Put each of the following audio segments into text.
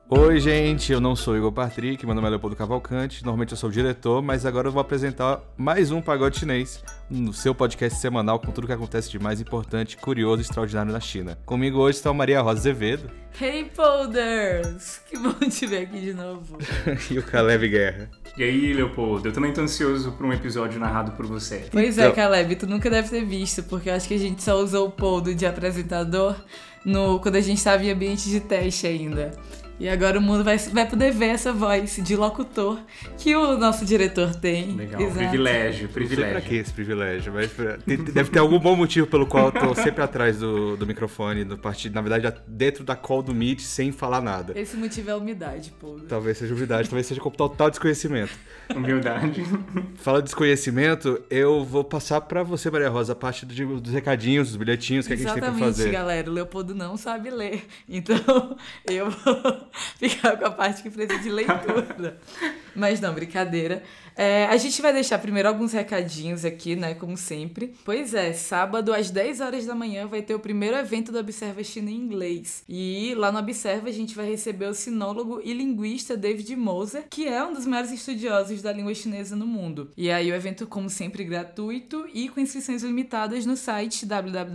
Oi, gente, eu não sou Igor Patrick, meu nome é Leopoldo Cavalcante, normalmente eu sou o diretor, mas agora eu vou apresentar mais um Pagode Chinês, no seu podcast semanal com tudo que acontece de mais importante, curioso e extraordinário na China. Comigo hoje está a Maria Rosa Azevedo. Hey, Polders! Que bom te ver aqui de novo. E o Caleb Guerra. E aí, Leopoldo, eu também tô ansioso por um episódio narrado por você. Pois é, Caleb, tu nunca deve ter visto, porque eu acho que a gente só usou o Poldo de apresentador quando a gente estava em ambiente de teste ainda. E agora o mundo vai poder ver essa voz de locutor que o nosso diretor tem. Legal, Exato. privilégio. Não sei pra que esse privilégio, mas deve ter algum bom motivo pelo qual eu tô sempre atrás do microfone, na verdade dentro da call do Meet, sem falar nada. Esse motivo é a umidade, Poldo. Talvez seja umidade, talvez seja total desconhecimento. Humildade. Fala de desconhecimento, eu vou passar pra você, Maria Rosa, a parte dos recadinhos, dos bilhetinhos que a gente tem pra fazer. Exatamente, galera. O Leopoldo não sabe ler, então eu vou ficar com a parte que precisa de leitura. Mas não, brincadeira. A gente vai deixar primeiro alguns recadinhos aqui, né, como sempre. Pois é, sábado às 10 horas da manhã vai ter o primeiro evento do Observa China em inglês. E lá no Observa a gente vai receber o sinólogo e linguista David Moser, que é um dos maiores estudiosos da língua chinesa no mundo. E aí o evento, como sempre, gratuito e com inscrições limitadas no site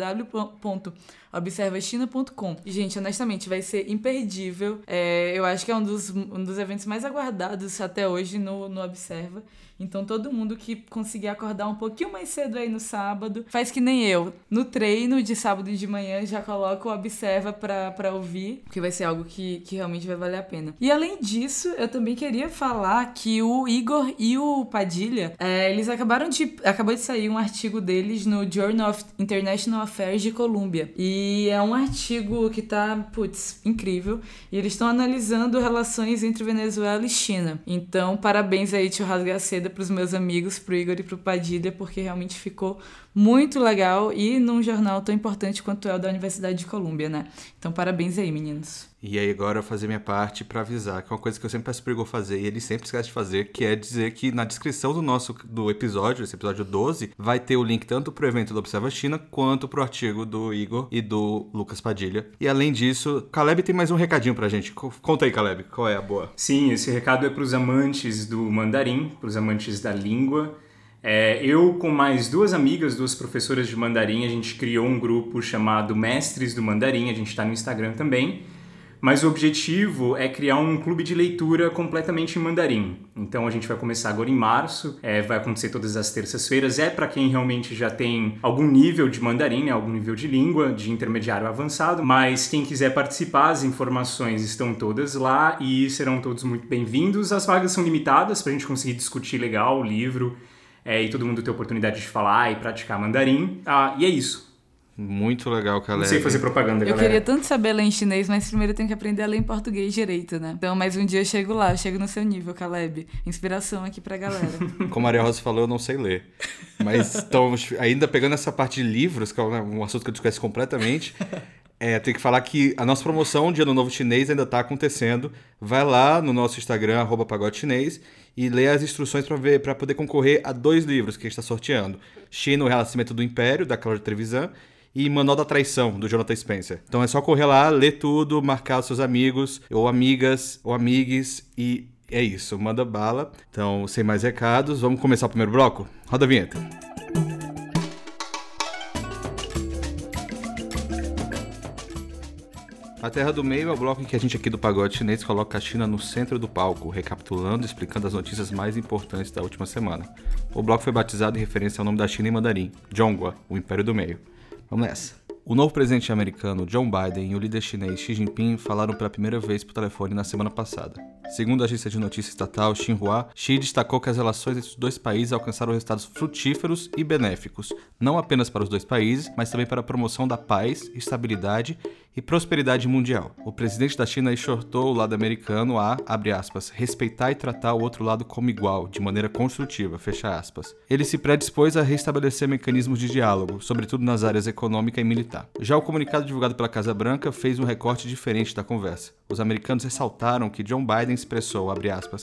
www.observachina.com. Gente, honestamente, vai ser imperdível. Eu acho que é um dos eventos mais aguardados até hoje no Observa. Então todo mundo que conseguir acordar um pouquinho mais cedo aí no sábado, faz que nem eu. No treino de sábado de manhã já coloca o Observa pra ouvir, porque vai ser algo que realmente vai valer a pena. E além disso, eu também queria falar que o Igor e o Padilha, eles acabou de sair um artigo deles no Journal of International Affairs de Colômbia. E é um artigo que tá, incrível. E eles estão analisando relações entre Venezuela e China. Então, parabéns aí, tio Rasgaceda, para os meus amigos, pro Igor e pro Padilha, porque realmente ficou muito legal e num jornal tão importante quanto é o da Universidade de Colômbia, né? Então, parabéns aí, meninos. E aí agora eu vou fazer minha parte pra avisar, que é uma coisa que eu sempre peço pro Igor fazer, e ele sempre esquece de fazer, que é dizer que na descrição do episódio, esse episódio 12, vai ter o link tanto pro evento do Observa China, quanto pro artigo do Igor e do Lucas Padilha. E além disso, Caleb tem mais um recadinho pra gente. Conta aí, Caleb, qual é a boa? Sim, esse recado é pros amantes do mandarim, pros amantes da língua. Eu, com mais duas professoras de mandarim, a gente criou um grupo chamado Mestres do Mandarim, a gente tá no Instagram também. Mas o objetivo é criar um clube de leitura completamente em mandarim. Então a gente vai começar agora em março, vai acontecer todas as terças-feiras. É para quem realmente já tem algum nível de mandarim, né, algum nível de língua, de intermediário avançado. Mas quem quiser participar, as informações estão todas lá e serão todos muito bem-vindos. As vagas são limitadas para a gente conseguir discutir legal o livro e todo mundo ter oportunidade de falar e praticar mandarim. E é isso. Muito legal, Caleb. Não sei fazer propaganda, galera. Eu queria tanto saber ler em chinês, mas primeiro eu tenho que aprender a ler em português direito, né? Então, mais um dia eu chego lá, eu chego no seu nível, Caleb. Inspiração aqui pra galera. Como a Maria Rosa falou, eu não sei ler. Mas, então, ainda pegando essa parte de livros, que é um assunto que eu desconheço completamente, tem que falar que a nossa promoção de Ano Novo Chinês ainda tá acontecendo. Vai lá no nosso Instagram, @pagodechinês, e lê as instruções para poder concorrer a 2 livros que a gente está sorteando. China, o Renascimento do Império, da Claudia Trevisan, e Manual da Traição, do Jonathan Spencer. Então é só correr lá, ler tudo, marcar os seus amigos, ou amigas, ou amigues, e é isso, manda bala. Então, sem mais recados, vamos começar o primeiro bloco? Roda a vinheta. A Terra do Meio é o bloco em que a gente aqui do Pagode Chinês coloca a China no centro do palco, recapitulando e explicando as notícias mais importantes da última semana. O bloco foi batizado em referência ao nome da China em mandarim, Zhonghua, o Império do Meio. Vamos nessa. O novo presidente americano Joe Biden e o líder chinês Xi Jinping falaram pela primeira vez por telefone na semana passada. Segundo a agência de notícias estatal Xinhua, Xi destacou que as relações entre os dois países alcançaram resultados frutíferos e benéficos, não apenas para os dois países, mas também para a promoção da paz, estabilidade e prosperidade mundial. O presidente da China exortou o lado americano a, abre aspas, respeitar e tratar o outro lado como igual, de maneira construtiva, fecha aspas. Ele se predispôs a restabelecer mecanismos de diálogo, sobretudo nas áreas econômica e militar. Já o comunicado divulgado pela Casa Branca fez um recorte diferente da conversa. Os americanos ressaltaram que Joe Biden expressou, abre aspas,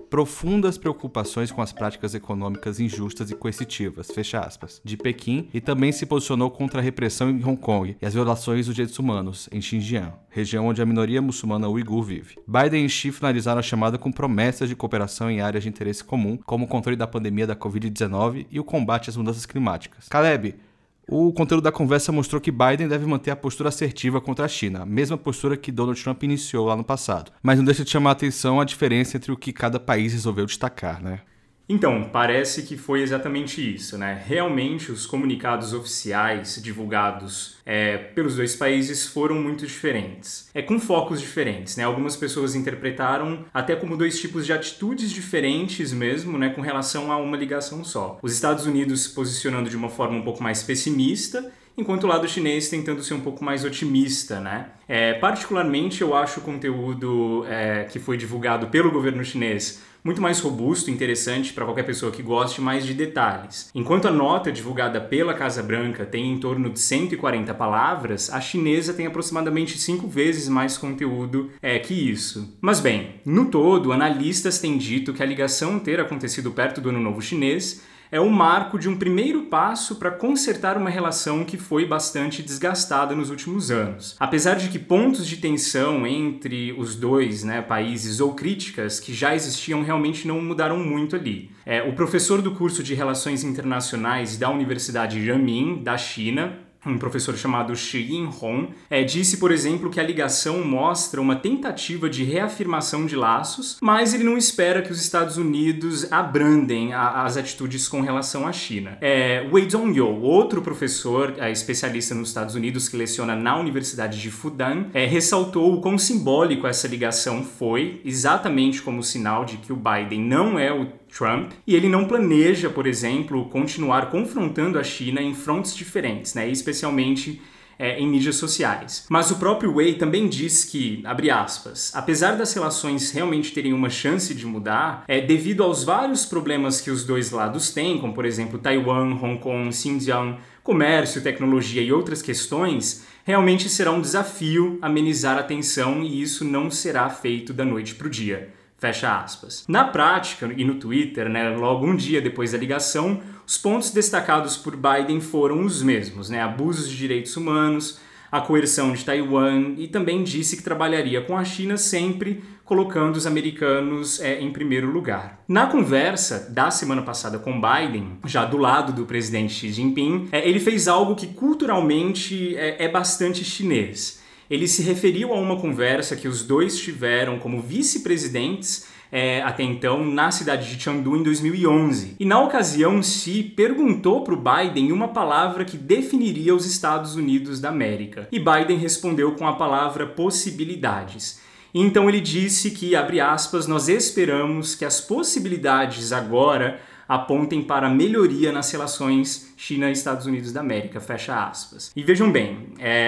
profundas preocupações com as práticas econômicas injustas e coercitivas, fecha aspas, de Pequim, e também se posicionou contra a repressão em Hong Kong e as violações dos direitos humanos em Xinjiang, região onde a minoria muçulmana uigur vive. Biden e Xi finalizaram a chamada com promessas de cooperação em áreas de interesse comum, como o controle da pandemia da Covid-19 e o combate às mudanças climáticas. Caleb, o conteúdo da conversa mostrou que Biden deve manter a postura assertiva contra a China, a mesma postura que Donald Trump iniciou lá no passado. Mas não deixa de chamar a atenção a diferença entre o que cada país resolveu destacar, né? Então, parece que foi exatamente isso, né? Realmente, os comunicados oficiais divulgados pelos dois países foram muito diferentes. Com focos diferentes, né? Algumas pessoas interpretaram até como dois tipos de atitudes diferentes mesmo, né? Com relação a uma ligação só. Os Estados Unidos se posicionando de uma forma um pouco mais pessimista, enquanto o lado chinês tentando ser um pouco mais otimista, né? Particularmente, eu acho o conteúdo que foi divulgado pelo governo chinês muito mais robusto e interessante para qualquer pessoa que goste mais de detalhes. Enquanto a nota divulgada pela Casa Branca tem em torno de 140 palavras, a chinesa tem aproximadamente 5 vezes mais conteúdo que isso. Mas bem, no todo, analistas têm dito que a ligação ter acontecido perto do Ano Novo Chinês é um marco de um primeiro passo para consertar uma relação que foi bastante desgastada nos últimos anos. Apesar de que pontos de tensão entre os dois países ou críticas que já existiam realmente não mudaram muito ali. O professor do curso de Relações Internacionais da Universidade Renmin, da China, um professor chamado Shi Yinhong, disse, por exemplo, que a ligação mostra uma tentativa de reafirmação de laços, mas ele não espera que os Estados Unidos abrandem as atitudes com relação à China. Wei Zhongyou, outro professor especialista nos Estados Unidos que leciona na Universidade de Fudan, ressaltou o quão simbólico essa ligação foi, exatamente como sinal de que o Biden não é o Trump, e ele não planeja, por exemplo, continuar confrontando a China em frontes diferentes, especialmente em mídias sociais. Mas o próprio Wei também diz que, abre aspas, apesar das relações realmente terem uma chance de mudar, devido aos vários problemas que os dois lados têm, como por exemplo Taiwan, Hong Kong, Xinjiang, comércio, tecnologia e outras questões, realmente será um desafio amenizar a tensão e isso não será feito da noite para o dia. Fecha aspas. Na prática, e no Twitter, logo um dia depois da ligação, os pontos destacados por Biden foram os mesmos, abusos de direitos humanos, a coerção de Taiwan, e também disse que trabalharia com a China sempre colocando os americanos em primeiro lugar. Na conversa da semana passada com Biden, já do lado do presidente Xi Jinping, ele fez algo que culturalmente é bastante chinês. Ele se referiu a uma conversa que os dois tiveram como vice-presidentes até então na cidade de Chengdu em 2011. E na ocasião, Xi perguntou para o Biden uma palavra que definiria os Estados Unidos da América. E Biden respondeu com a palavra possibilidades. E então ele disse que, abre aspas, nós esperamos que as possibilidades agora apontem para a melhoria nas relações China e Estados Unidos da América, fecha aspas. E vejam bem,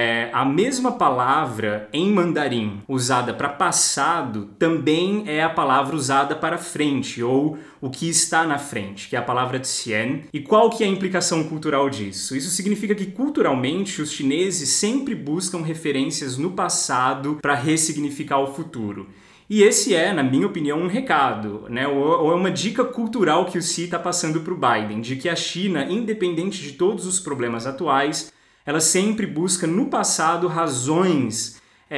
a mesma palavra em mandarim usada para passado também é a palavra usada para frente, ou o que está na frente, que é a palavra qian. E qual que é a implicação cultural disso? Isso significa que culturalmente os chineses sempre buscam referências no passado para ressignificar o futuro. E esse na minha opinião, um recado, ou é uma dica cultural que o Xi está passando para o Biden, de que a China, independente de todos os problemas atuais, ela sempre busca no passado razões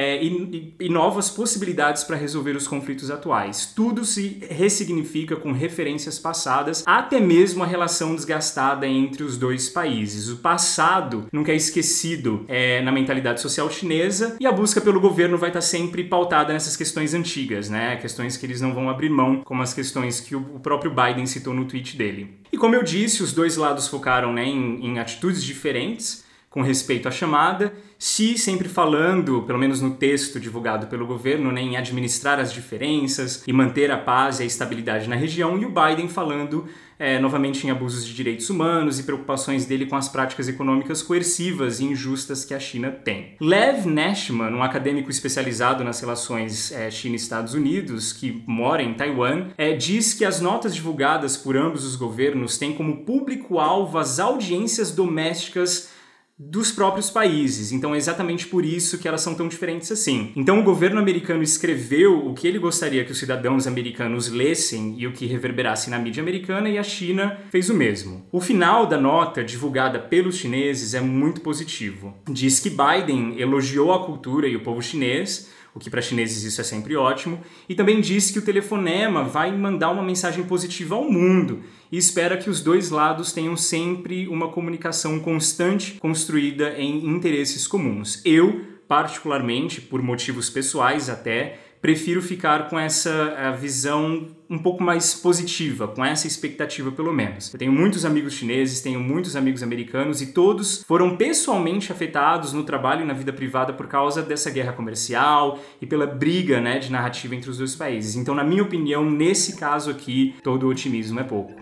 e novas possibilidades para resolver os conflitos atuais. Tudo se ressignifica com referências passadas, até mesmo a relação desgastada entre os dois países. O passado nunca é esquecido na mentalidade social chinesa, e a busca pelo governo vai estar sempre pautada nessas questões antigas, questões que eles não vão abrir mão, como as questões que o próprio Biden citou no tweet dele. E como eu disse, os dois lados focaram em atitudes diferentes com respeito à chamada, Xi sempre falando, pelo menos no texto divulgado pelo governo, em administrar as diferenças e manter a paz e a estabilidade na região, e o Biden falando novamente em abusos de direitos humanos e preocupações dele com as práticas econômicas coercivas e injustas que a China tem. Lev Nashman, um acadêmico especializado nas relações China e Estados Unidos, que mora em Taiwan, diz que as notas divulgadas por ambos os governos têm como público-alvo as audiências domésticas dos próprios países. Então é exatamente por isso que elas são tão diferentes assim. Então o governo americano escreveu o que ele gostaria que os cidadãos americanos lessem e o que reverberasse na mídia americana, e a China fez o mesmo. O final da nota, divulgada pelos chineses, é muito positivo. Diz que Biden elogiou a cultura e o povo chinês, o que para chineses isso é sempre ótimo, e também diz que o telefonema vai mandar uma mensagem positiva ao mundo e espera que os dois lados tenham sempre uma comunicação constante, construída em interesses comuns. Eu, particularmente, por motivos pessoais até, prefiro ficar com essa visão um pouco mais positiva, com essa expectativa pelo menos. Eu tenho muitos amigos chineses, tenho muitos amigos americanos e todos foram pessoalmente afetados no trabalho e na vida privada por causa dessa guerra comercial e pela briga, né, de narrativa entre os dois países. Então, na minha opinião, nesse caso aqui, todo otimismo é pouco.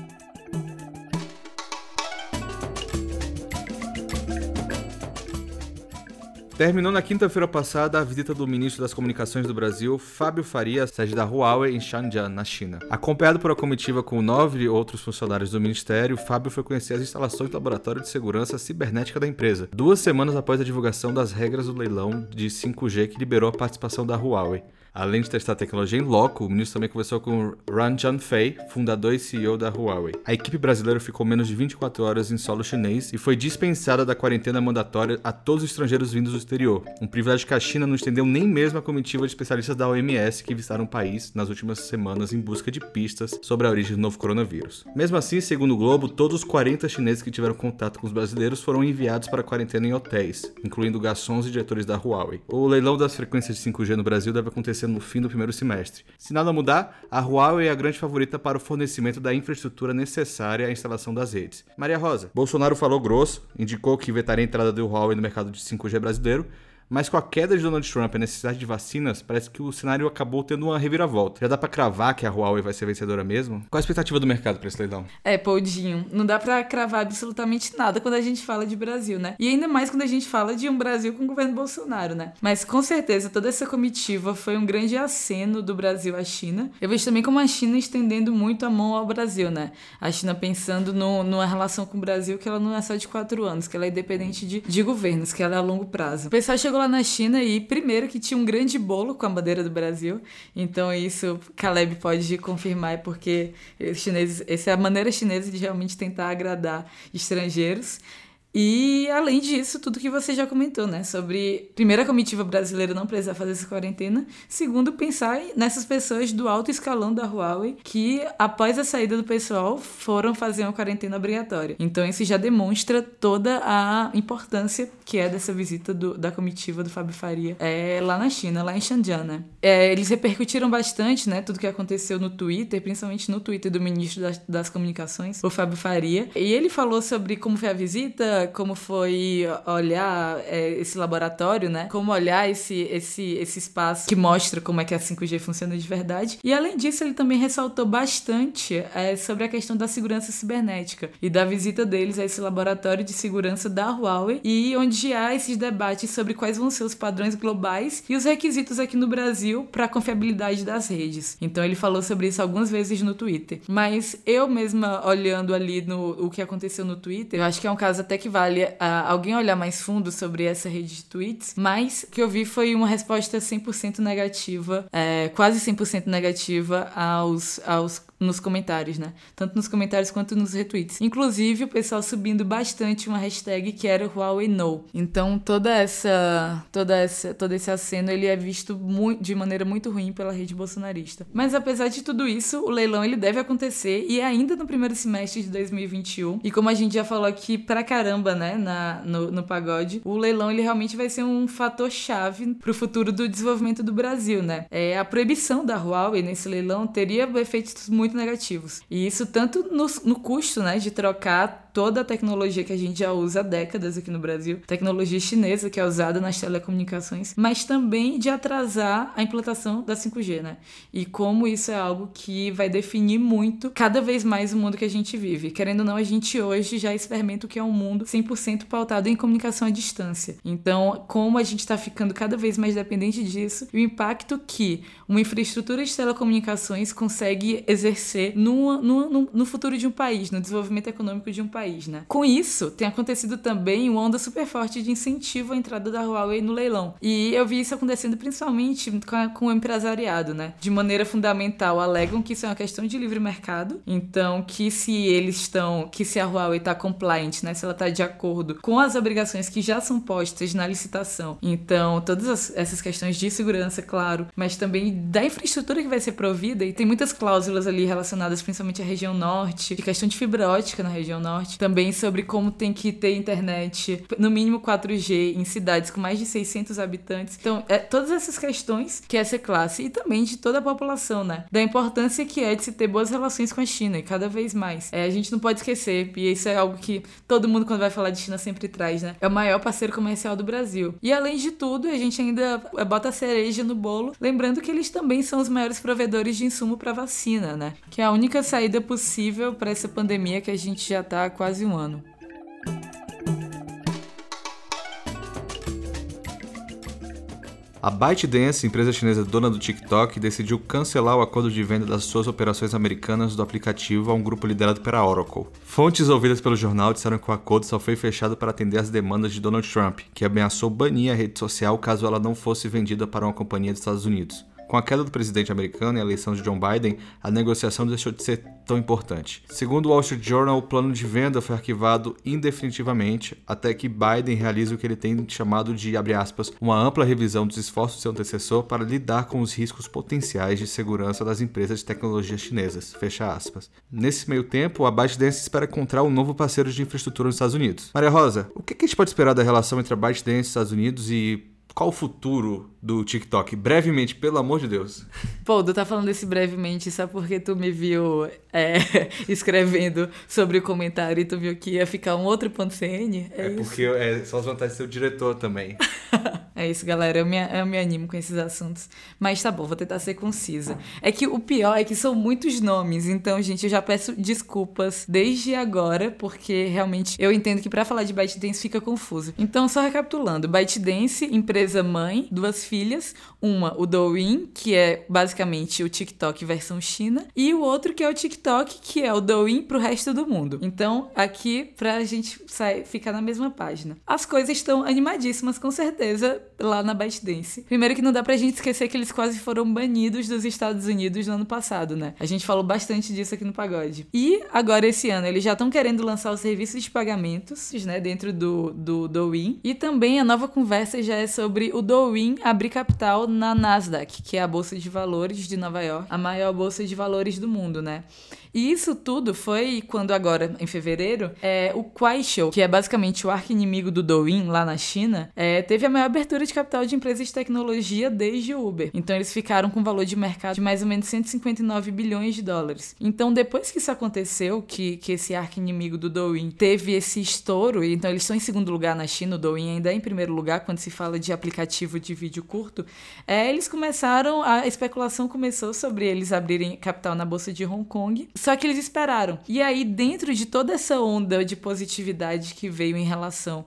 Terminou na quinta-feira passada a visita do ministro das Comunicações do Brasil, Fábio Faria, à sede da Huawei em Shenzhen, na China. Acompanhado por uma comitiva com 9 outros funcionários do ministério, Fábio foi conhecer as instalações do Laboratório de Segurança Cibernética da empresa, 2 semanas após a divulgação das regras do leilão de 5G que liberou a participação da Huawei. Além de testar a tecnologia em loco, o ministro também conversou com Ran Zhangfei, fundador e CEO da Huawei. A equipe brasileira ficou menos de 24 horas em solo chinês e foi dispensada da quarentena mandatória a todos os estrangeiros vindos do exterior, um privilégio que a China não estendeu nem mesmo a comitiva de especialistas da OMS que visitaram o país nas últimas semanas em busca de pistas sobre a origem do novo coronavírus. Mesmo assim, segundo o Globo, todos os 40 chineses que tiveram contato com os brasileiros foram enviados para a quarentena em hotéis, incluindo garçons e diretores da Huawei. O leilão das frequências de 5G no Brasil deve acontecer no fim do primeiro semestre. Se nada mudar, a Huawei é a grande favorita para o fornecimento da infraestrutura necessária à instalação das redes. Maria Rosa, Bolsonaro falou grosso, indicou que vetaria a entrada do Huawei no mercado de 5G brasileiro, mas com a queda de Donald Trump e a necessidade de vacinas, parece que o cenário acabou tendo uma reviravolta. Já dá pra cravar que a Huawei vai ser vencedora mesmo? Qual a expectativa do mercado pra esse leilão? Poldinho, não dá pra cravar absolutamente nada quando a gente fala de Brasil, né? E ainda mais quando a gente fala de um Brasil com o governo Bolsonaro, né? Mas com certeza toda essa comitiva foi um grande aceno do Brasil à China. Eu vejo também como a China estendendo muito a mão ao Brasil, né? A China pensando numa relação com o Brasil que ela não é só de 4 anos, que ela é independente de governos, que ela é a longo prazo. O pessoal chegou lá na China e primeiro que tinha um grande bolo com a bandeira do Brasil, então isso Caleb pode confirmar, porque os chineses, essa é a maneira chinesa de realmente tentar agradar estrangeiros. E, além disso, tudo que você já comentou, né? Sobre, primeiro, a comitiva brasileira não precisar fazer essa quarentena. Segundo, pensar nessas pessoas do alto escalão da Huawei que, após a saída do pessoal, foram fazer uma quarentena obrigatória. Então, isso já demonstra toda a importância que é dessa visita da comitiva do Fábio Faria lá na China, lá em Shenzhen, né? Eles repercutiram bastante, né? Tudo que aconteceu no Twitter, principalmente no Twitter do ministro das Comunicações, o Fábio Faria. E ele falou sobre como foi a visita, como foi olhar esse laboratório, né? Como olhar esse espaço que mostra como é que a 5G funciona de verdade. E além disso, ele também ressaltou bastante sobre a questão da segurança cibernética e da visita deles a esse laboratório de segurança da Huawei, e onde há esses debates sobre quais vão ser os padrões globais e os requisitos aqui no Brasil para a confiabilidade das redes. Então ele falou sobre isso algumas vezes no Twitter. Mas eu mesma, olhando ali o que aconteceu no Twitter, eu acho que é um caso até que vale alguém olhar mais fundo sobre essa rede de tweets, mas o que eu vi foi uma resposta 100% negativa, quase 100% negativa nos comentários, né? Tanto nos comentários quanto nos retweets. Inclusive, o pessoal subindo bastante uma hashtag que era Huawei No. Então, todo esse aceno, ele é visto de maneira muito ruim pela rede bolsonarista. Mas, apesar de tudo isso, o leilão ele deve acontecer e ainda no primeiro semestre de 2021. E como a gente já falou aqui pra caramba, né? No pagode, o leilão ele realmente vai ser um fator chave pro futuro do desenvolvimento do Brasil, né? A proibição da Huawei nesse leilão teria efeitos muito negativos. E isso tanto no custo, né, de trocar toda a tecnologia que a gente já usa há décadas aqui no Brasil, tecnologia chinesa que é usada nas telecomunicações, mas também de atrasar a implantação da 5G, né? E como isso é algo que vai definir muito, cada vez mais o mundo que a gente vive. Querendo ou não, a gente hoje já experimenta o que é um mundo 100% pautado em comunicação à distância. Então, como a gente está ficando cada vez mais dependente disso, o impacto que uma infraestrutura de telecomunicações consegue exercer no futuro de um país, no desenvolvimento econômico de um país, país, né? Com isso, tem acontecido também uma onda super forte de incentivo à entrada da Huawei no leilão. E eu vi isso acontecendo principalmente com o empresariado, né? De maneira fundamental, alegam que isso é uma questão de livre mercado, então que se a Huawei está compliant, né? Se ela está de acordo com as obrigações que já são postas na licitação. Então, todas essas questões de segurança, claro, mas também da infraestrutura que vai ser provida, e tem muitas cláusulas ali relacionadas principalmente à região norte, de questão de fibra ótica na região norte, também sobre como tem que ter internet, no mínimo 4G, em cidades com mais de 600 habitantes. Então, todas essas questões que essa classe, e também de toda a população, né? Da importância que é de se ter boas relações com a China, e cada vez mais. A gente não pode esquecer, e isso é algo que todo mundo, quando vai falar de China, sempre traz, né? É o maior parceiro comercial do Brasil. E, além de tudo, a gente ainda bota a cereja no bolo, lembrando que eles também são os maiores provedores de insumo para vacina, né? Que é a única saída possível para essa pandemia que a gente já tá há quase um ano. A ByteDance, empresa chinesa dona do TikTok, decidiu cancelar o acordo de venda das suas operações americanas do aplicativo a um grupo liderado pela Oracle. Fontes ouvidas pelo jornal disseram que o acordo só foi fechado para atender às demandas de Donald Trump, que ameaçou banir a rede social caso ela não fosse vendida para uma companhia dos Estados Unidos. Com a queda do presidente americano e a eleição de Joe Biden, a negociação deixou de ser tão importante. Segundo o Wall Street Journal, o plano de venda foi arquivado indefinitivamente até que Biden realize o que ele tem chamado de, abre aspas, uma ampla revisão dos esforços do seu antecessor para lidar com os riscos potenciais de segurança das empresas de tecnologia chinesas, fecha aspas. Nesse meio tempo, a ByteDance espera encontrar um novo parceiro de infraestrutura nos Estados Unidos. Maria Rosa, o que a gente pode esperar da relação entre a ByteDance e os Estados Unidos e qual o futuro do TikTok? Brevemente, pelo amor de Deus. Pô, tu tá falando desse brevemente só porque tu me viu escrevendo sobre o comentário e tu viu que ia ficar um outro ponto CN? É isso? Porque são as vantagens de ser o diretor também. É isso, galera. Eu me animo com esses assuntos. Mas tá bom, vou tentar ser concisa. É que o pior é que são muitos nomes. Então, gente, eu já peço desculpas desde agora, porque realmente eu entendo que pra falar de ByteDance fica confuso. Então, só recapitulando. ByteDance, empresa mãe, 2 filhas. Uma, o Douyin, que é basicamente o TikTok versão China. E o outro que é o TikTok, que é o Douyin pro resto do mundo. Então, aqui, pra gente ficar na mesma página. As coisas estão animadíssimas, com certeza, lá na ByteDance. Primeiro que não dá pra gente esquecer que eles quase foram banidos dos Estados Unidos no ano passado, né? A gente falou bastante disso aqui no Pagode. E agora, esse ano, eles já estão querendo lançar os serviços de pagamentos, né, dentro do Douyin. E também a nova conversa já é sobre o Douyin abrir capital na Nasdaq, que é a Bolsa de Valores de Nova York, a maior bolsa de valores do mundo, né? E isso tudo foi quando agora, em fevereiro, o Kuaishou, que é basicamente o arqui-inimigo do Douyin lá na China, teve a maior abertura de capital de empresas de tecnologia desde o Uber. Então eles ficaram com um valor de mercado de mais ou menos 159 bilhões de dólares. Então depois que isso aconteceu, que esse arqui-inimigo do Douyin teve esse estouro, então eles estão em segundo lugar na China, o Douyin ainda é em primeiro lugar quando se fala de aplicativo de vídeo curto, eles começaram, a especulação começou sobre eles abrirem capital na Bolsa de Hong Kong. Só que eles esperaram. E aí, dentro de toda essa onda de positividade que veio em relação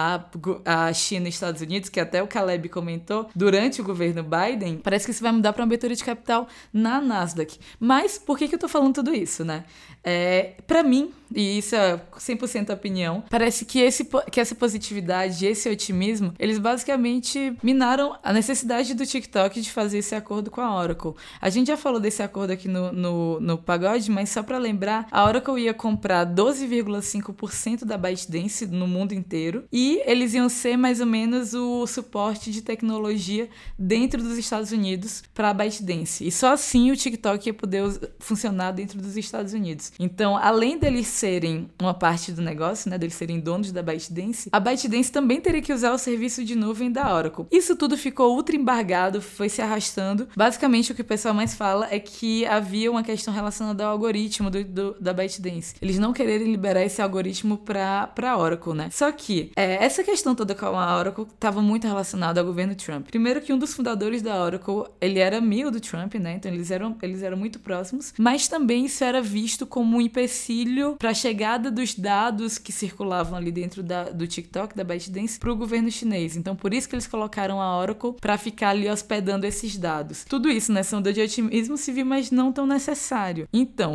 à China e Estados Unidos, que até o Caleb comentou, durante o governo Biden, parece que isso vai mudar para uma abertura de capital na Nasdaq. Mas, por que eu tô falando tudo isso, né? Para mim, e isso é 100% opinião, parece que essa positividade, esse otimismo, eles basicamente minaram a necessidade do TikTok de fazer esse acordo com a Oracle. A gente já falou desse acordo aqui no Pagode, mas só para lembrar, a Oracle ia comprar 12,5% da ByteDance no mundo inteiro e eles iam ser mais ou menos o suporte de tecnologia dentro dos Estados Unidos para a ByteDance. E só assim o TikTok ia poder funcionar dentro dos Estados Unidos. Então, além deles serem uma parte do negócio, né, deles serem donos da ByteDance, a ByteDance também teria que usar o serviço de nuvem da Oracle. Isso tudo ficou ultra embargado, foi se arrastando. Basicamente, o que o pessoal mais fala é que havia uma questão relacionada ao algoritmo da ByteDance. Eles não quererem liberar esse algoritmo pra Oracle, né? Só que essa questão toda com a Oracle estava muito relacionada ao governo Trump. Primeiro que um dos fundadores da Oracle, ele era amigo do Trump, né? Então eles eram muito próximos, mas também isso era visto como um empecilho para a chegada dos dados que circulavam ali dentro do TikTok, da ByteDance, para o governo chinês. Então por isso que eles colocaram a Oracle para ficar ali hospedando esses dados. Tudo isso, né? São de otimismo civil, mas não tão necessário. Então,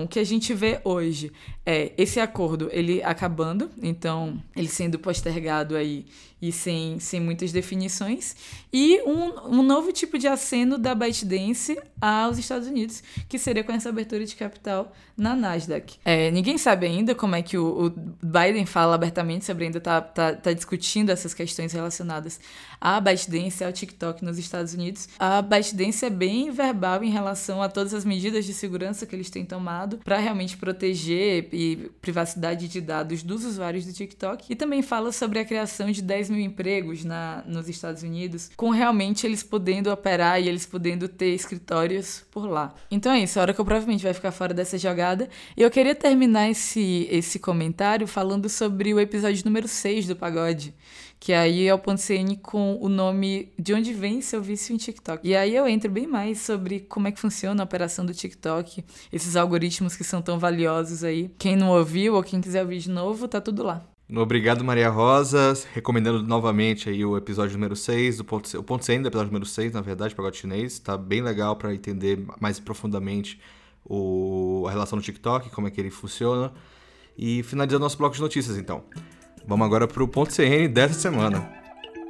o que a gente vê hoje é esse acordo, ele acabando, então ele sendo postergado aí e sem muitas definições, e um novo tipo de aceno da ByteDance aos Estados Unidos, que seria com essa abertura de capital na Nasdaq. Ninguém sabe ainda como é que o Biden fala abertamente sobre, ainda tá discutindo essas questões relacionadas à ByteDance, ao TikTok nos Estados Unidos. A ByteDance é bem verbal em relação a todas as medidas de segurança que eles têm tomado para realmente proteger e privacidade de dados dos usuários do TikTok, e também fala sobre a criação de 10 mil empregos nos Estados Unidos, com realmente eles podendo operar e eles podendo ter escritórios por lá. Então é isso, a hora que eu provavelmente vai ficar fora dessa jogada. E eu queria terminar esse comentário falando sobre o episódio número 6 do Pagode, que aí é o .cn com o nome de onde vem seu vício em TikTok. E aí eu entro bem mais sobre como é que funciona a operação do TikTok, esses algoritmos que são tão valiosos aí. Quem não ouviu ou quem quiser ouvir de novo, tá tudo lá. Obrigado, Maria Rosa. Recomendando novamente aí o episódio número 6, o .cn do episódio número 6, na verdade, Pagode Chinês. Tá bem legal para entender mais profundamente a relação do TikTok, como é que ele funciona. E finalizando nosso bloco de notícias, então. Vamos agora para o .cn dessa semana.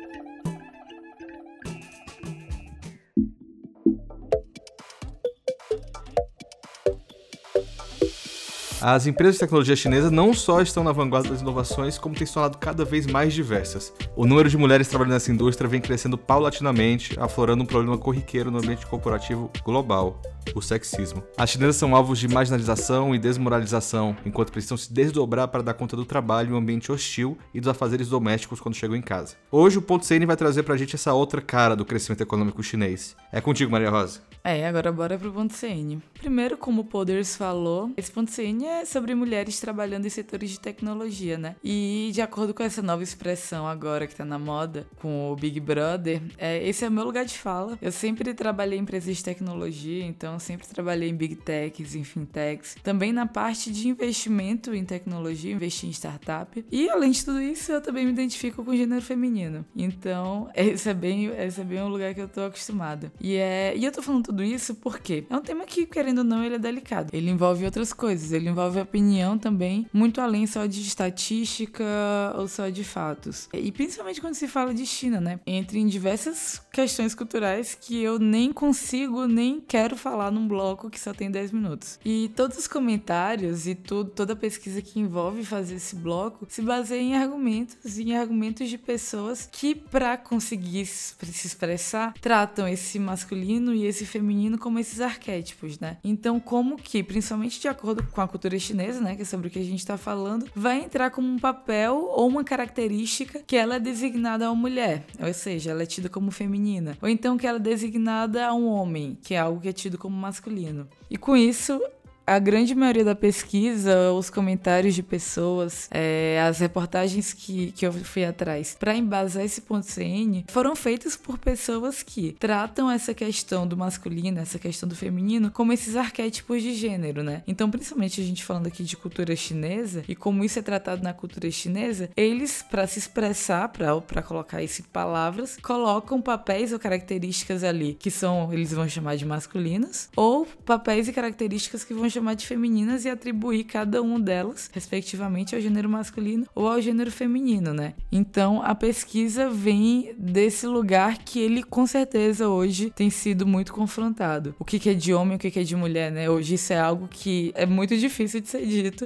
As empresas de tecnologia chinesa não só estão na vanguarda das inovações, como têm se tornado cada vez mais diversas. O número de mulheres trabalhando nessa indústria vem crescendo paulatinamente, aflorando um problema corriqueiro no ambiente corporativo global: o sexismo. As chinesas são alvos de marginalização e desmoralização, enquanto precisam se desdobrar para dar conta do trabalho em um ambiente hostil e dos afazeres domésticos quando chegam em casa. Hoje o .cn vai trazer pra gente essa outra cara do crescimento econômico chinês. É contigo, Maria Rosa. Agora bora pro .cn. Primeiro, como o Poders falou, esse .cn é sobre mulheres trabalhando em setores de tecnologia, né? E de acordo com essa nova expressão agora que tá na moda, com o Big Brother, esse é o meu lugar de fala. Eu sempre trabalhei em empresas de tecnologia, então sempre trabalhei em Big Techs, em Fintechs. Também na parte de investimento em tecnologia, investir em startup. E além de tudo isso, eu também me identifico com o gênero feminino. Então, esse é bem um lugar que eu tô acostumada. E eu tô falando tudo isso porque é um tema que, querendo ou não, ele é delicado. Ele envolve outras coisas, ele envolve opinião também, muito além só de estatística ou só de fatos. E principalmente quando se fala de China, né? Entra em diversas questões culturais que eu nem consigo, nem quero falar num bloco que só tem 10 minutos. E todos os comentários e toda a pesquisa que envolve fazer esse bloco se baseia em argumentos de pessoas que, para conseguir se expressar, tratam esse masculino e esse feminino como esses arquétipos, né? Então, como que, principalmente de acordo com a cultura chinesa, né, que é sobre o que a gente tá falando, vai entrar como um papel ou uma característica que ela é designada a uma mulher, ou seja, ela é tida como feminina, ou então que ela é designada a um homem, que é algo que é tido como masculino. E com isso, a grande maioria da pesquisa, os comentários de pessoas, as reportagens que eu fui atrás para embasar esse .cn foram feitas por pessoas que tratam essa questão do masculino, essa questão do feminino, como esses arquétipos de gênero, né? Então, principalmente a gente falando aqui de cultura chinesa e como isso é tratado na cultura chinesa, eles, para se expressar, para colocar isso em palavras, colocam papéis ou características ali que eles vão chamar de masculinas, ou papéis e características que vão chamar de femininas e atribuir cada uma delas, respectivamente, ao gênero masculino ou ao gênero feminino, né? Então, a pesquisa vem desse lugar que ele, com certeza, hoje tem sido muito confrontado. O que é de homem, o que é de mulher, né? Hoje isso é algo que é muito difícil de ser dito.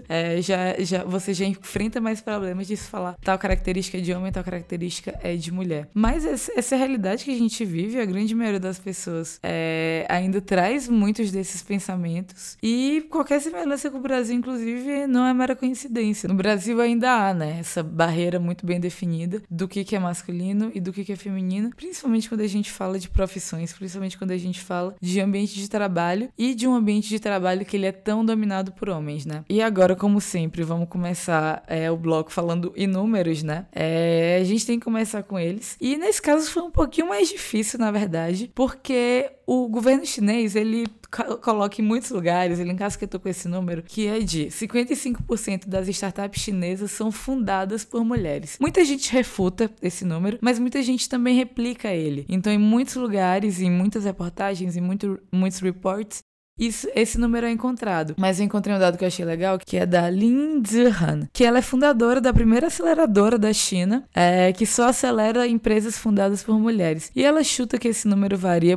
Você já enfrenta mais problemas de se falar tal característica é de homem, tal característica é de mulher. Mas essa é a realidade que a gente vive, a grande maioria das pessoas ainda traz muitos desses pensamentos, e qualquer semelhança com o Brasil, inclusive, não é mera coincidência. No Brasil ainda há, né, essa barreira muito bem definida do que é masculino e do que é feminino, principalmente quando a gente fala de profissões, principalmente quando a gente fala de ambiente de trabalho e de um ambiente de trabalho que ele é tão dominado por homens, né? E agora, como sempre, vamos começar o bloco falando em números, né? A gente tem que começar com eles. E nesse caso foi um pouquinho mais difícil, na verdade, porque o governo chinês, ele coloca em muitos lugares, ele encasquetou com esse número, que é de 55% das startups chinesas são fundadas por mulheres. Muita gente refuta esse número, mas muita gente também replica ele. Então, em muitos lugares, em muitas reportagens, em muitos reports, esse número é encontrado. Mas eu encontrei um dado que eu achei legal, que é da Lin Zihan, que ela é fundadora da primeira aceleradora da China, que só acelera empresas fundadas por mulheres. E ela chuta que esse número varia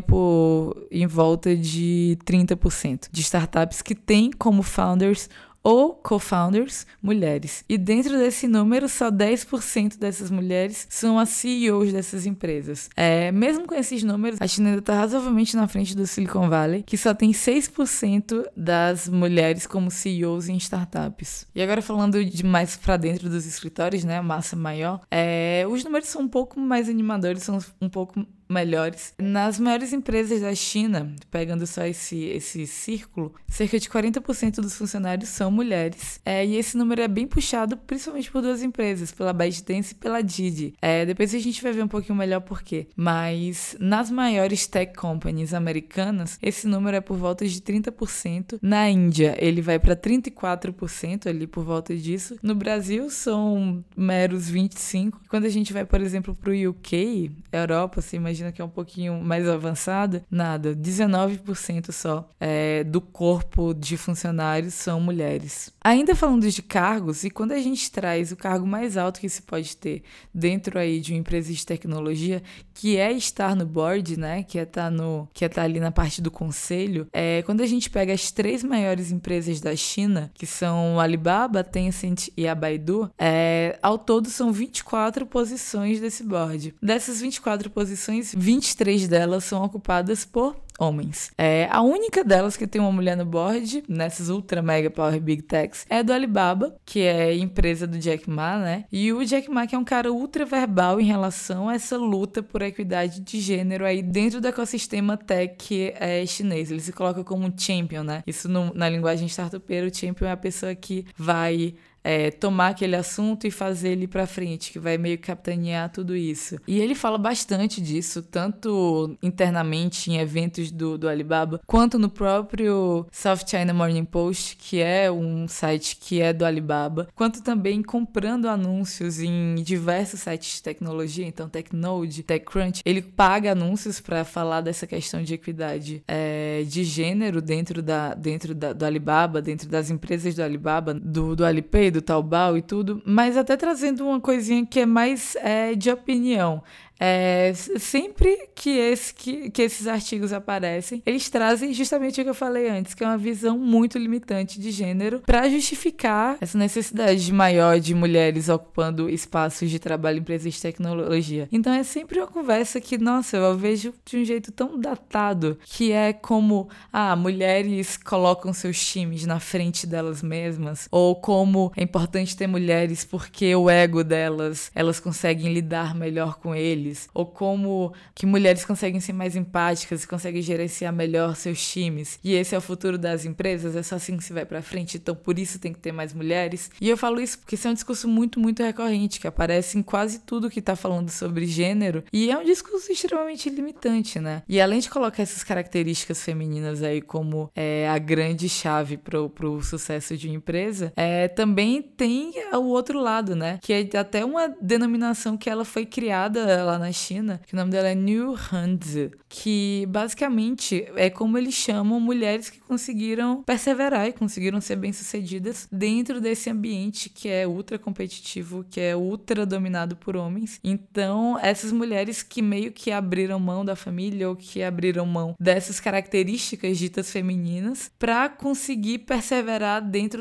em volta de 30% de startups que têm como founders ou co-founders mulheres. E dentro desse número, só 10% dessas mulheres são as CEOs dessas empresas. Mesmo com esses números, a China ainda está razoavelmente na frente do Silicon Valley, que só tem 6% das mulheres como CEOs em startups. E agora falando de mais para dentro dos escritórios, né, massa maior, os números são um pouco mais animadores, são um pouco melhores. Nas maiores empresas da China, pegando só esse círculo, cerca de 40% dos funcionários são mulheres. E esse número é bem puxado principalmente por duas empresas, pela ByteDance e pela Didi. Depois a gente vai ver um pouquinho melhor por quê. Mas nas maiores tech companies americanas, esse número é por volta de 30%. Na Índia, ele vai para 34%, ali por volta disso. No Brasil, são meros 25%. Quando a gente vai, por exemplo, para o UK, Europa, você imagina que é um pouquinho mais avançado, nada, 19% só do corpo de funcionários são mulheres. Ainda falando de cargos, e quando a gente traz o cargo mais alto que se pode ter dentro aí de uma empresa de tecnologia, que é estar no board, né, que é estar ali na parte do conselho, quando a gente pega as 3 maiores empresas da China, que são a Alibaba, Tencent e a Baidu, ao todo são 24 posições desse board. Dessas 24 posições, 23 delas são ocupadas por homens. A única delas que tem uma mulher no board, nessas ultra mega power big techs, é do Alibaba, que é empresa do Jack Ma, né? E o Jack Ma, que é um cara ultra verbal em relação a essa luta por equidade de gênero aí dentro do ecossistema tech chinês. Ele se coloca como um champion, né? Isso na linguagem startupeira, o champion é a pessoa que vai tomar aquele assunto e fazer ele pra frente, que vai meio capitanear tudo isso. E ele fala bastante disso, tanto internamente em eventos do Alibaba, quanto no próprio South China Morning Post, que é um site que é do Alibaba, quanto também comprando anúncios em diversos sites de tecnologia, então TechNode, TechCrunch. Ele paga anúncios para falar dessa questão de equidade de gênero dentro do Alibaba, dentro das empresas do Alibaba, do Alipay, do Taobao e tudo, mas até trazendo uma coisinha que é mais de opinião. Sempre que esses artigos aparecem, eles trazem justamente o que eu falei antes, que é uma visão muito limitante de gênero para justificar essa necessidade maior de mulheres ocupando espaços de trabalho em empresas de tecnologia. Então é sempre uma conversa que, nossa, eu vejo de um jeito tão datado, que é como mulheres colocam seus times na frente delas mesmas, ou como é importante ter mulheres porque o ego delas, elas conseguem lidar melhor com eles, ou como que mulheres conseguem ser mais empáticas e conseguem gerenciar melhor seus times, e esse é o futuro das empresas, é só assim que se vai pra frente, então por isso tem que ter mais mulheres. E eu falo isso porque isso é um discurso muito, muito recorrente, que aparece em quase tudo que tá falando sobre gênero, e é um discurso extremamente limitante, né? E além de colocar essas características femininas aí como a grande chave pro sucesso de uma empresa, também tem o outro lado, né? Que é até uma denominação que ela foi criada lá na China, que o nome dela é New Hanzi, que basicamente é como eles chamam mulheres que conseguiram perseverar e conseguiram ser bem-sucedidas dentro desse ambiente que é ultra competitivo, que é ultra dominado por homens. Então, essas mulheres que meio que abriram mão da família ou que abriram mão dessas características ditas femininas para conseguir perseverar dentro